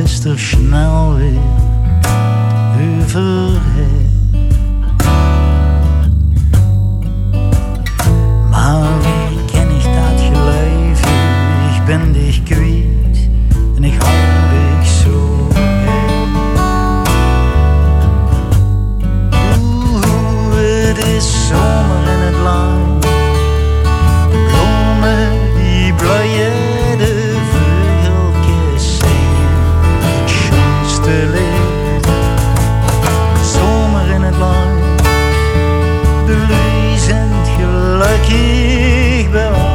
is er snel weer overheen. Maar wie ken ich dat geluid? Ich bin dich kwijt en ik hou dich zo heen. Het is zomer in het land, de bloemen die bloeien, de vogeltjes zingen het schoonste lied. Zomer in het land, de lui zijn gelukkig bewaard.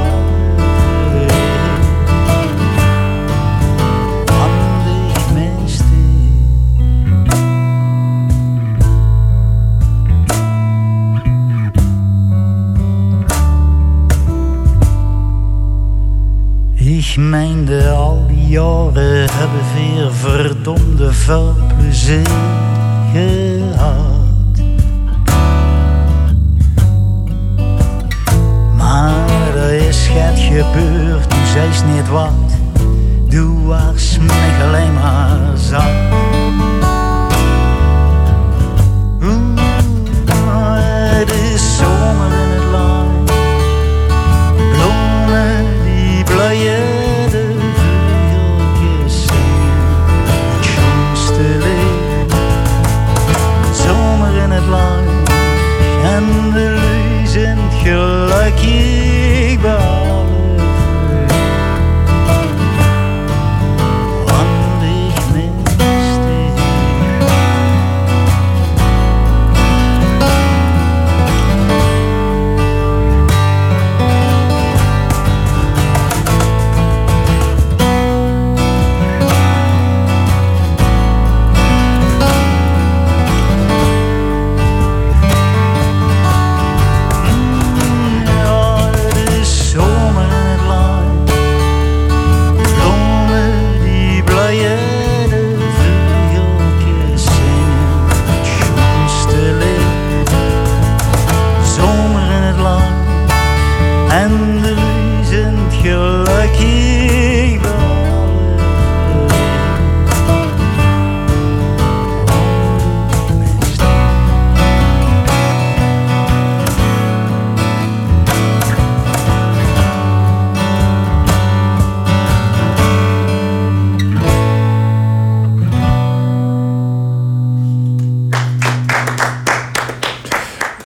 Ik meende al die jaren hebben weer verdomde veel plezier gehad. Maar er is het gebeurd, nu zeis niet wat. Du was me alleen